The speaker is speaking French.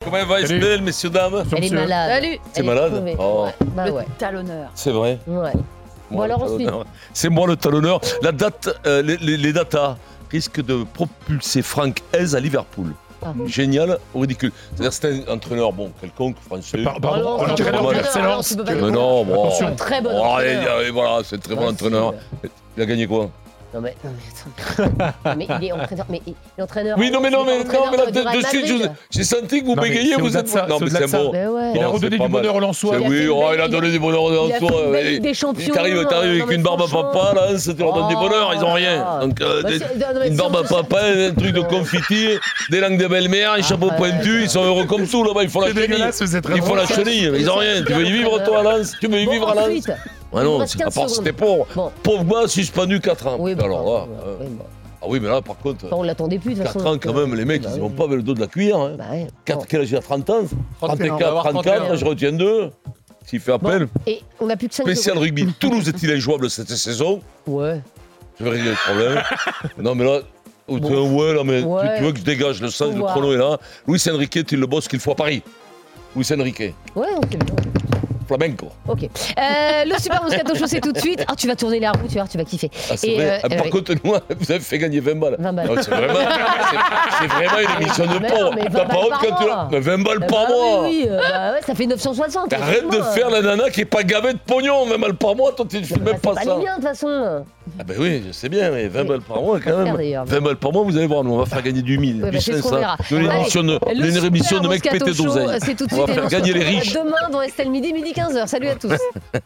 Comment elle va, Estelle, messieurs, dames? Elle est malade. Salut. C'est malade? Oh. Bah Le ouais. talonneur. C'est vrai. Ouais. Moi, alors le ensuite. talonneur. C'est moi le talonneur. La date, les datas risquent de propulser Franck Hez à Liverpool. Ah. Génial ou ridicule? C'est-à-dire c'est un entraîneur, bon, quelconque, français. Oh, Pardon, non, un entraîneur non, d'excellence. tu peux pas Mais dire. non, bon. Attention. Un très bon Oh, allez, entraîneur. allez, voilà, c'est un très bon Ouais, entraîneur. Il a gagné quoi? Non mais attends. Mais il est entraîneur. Mais il est entraîneur. Oui, non, mais là, du Real de suite, Madrid. j'ai senti que vous Non, mais bégayez, c'est vous au-delà êtes. de ça, Non, c'est mais au-delà de c'est ça. bon. Mais ouais. Il a Bon, redonné c'est pas du bonheur mal. au Lensois. C'est- Il a Oui, fait une oh, il a belle- donné du bonheur aux il a fait Lensois. une belle ouais. Ligue des Champions. T'arrives Non, avec mais une barbe à franchement. papa, là, ça te leur donne du bonheur, ils ont rien. Ah. Donc, Bah, c'est- non, mais une si barbe on à peut- papa, un truc de confiti, des langues de belle-mère, un chapeau Arrête. pointu, ils sont heureux comme tout là-bas, ils font la C'est chenille. dégueulasse, vous êtes Ils font la chenille, ils ont rien. Tu veux y vivre, toi, à Lens? Tu veux y Bon, vivre à Lens? ensuite, Ah il nous non, reste à 15 part secondes. c'était pauvre. Bon. Pauvre gars, suspendu 4 ans. Oui, Alors là, oui, bon. ah oui, mais là, par contre, Enfin, on l'attendait plus de toute 4 façon. ans quand même, les mecs, Bah ils oui. vont pas avec le dos de la cuillère. Hein. Bah ouais. 4, Bon. quel âge il a? 30 ans 31, on va 34, avoir 34, 31. je retiens 2. S'il fait appel. Bon, et on a plus que 5 Spécial secondes. rugby. Toulouse est-il injouable cette saison? Ouais. Je vais régler le problème. Non, mais là. Ouais, là, mais Ouais. tu veux que je dégage le sens, Faut le voir. chrono est là. Luis Enrique est-il le boss qu'il faut à Paris? Luis Enrique. Ouais, on sait bien. Flamenco. Ok. Le Super Moscato Show, c'est tout de suite. Ah, tu vas tourner les roues, tu vois, tu vas kiffer. Ah, c'est Et, vrai. Par oui. contre, nous, vous avez fait gagner 20 balles. 20 balles. Non, c'est vraiment une émission de Mais pauvre. non, mais 20 T'as pas balles honte par quand tu mois. Mais 20 balles Bah par mois. Oui, bah ouais, ça fait 960. Arrête de excuse-moi. faire la nana qui est pas gavée de pognon, 20 balles par mois, toi tu fais Bah, même c'est pas pas ça. les miens de toute façon. Ah ben oui, je sais bien, mais 20 Oui. balles par mois quand Faut faire, même. d'ailleurs. 20 balles par mois, vous allez voir, nous on va faire gagner du 1000, Ouais, bah, du c'est ce qu'on 500. verra. Nous, une Allez, émission de, le une émission de Super mecs pétés Moscato Show, d'oseille. c'est tout de On suite. va et faire on se gagner les retrouve riches. Demain dans Estelle midi 15h. Salut à tous.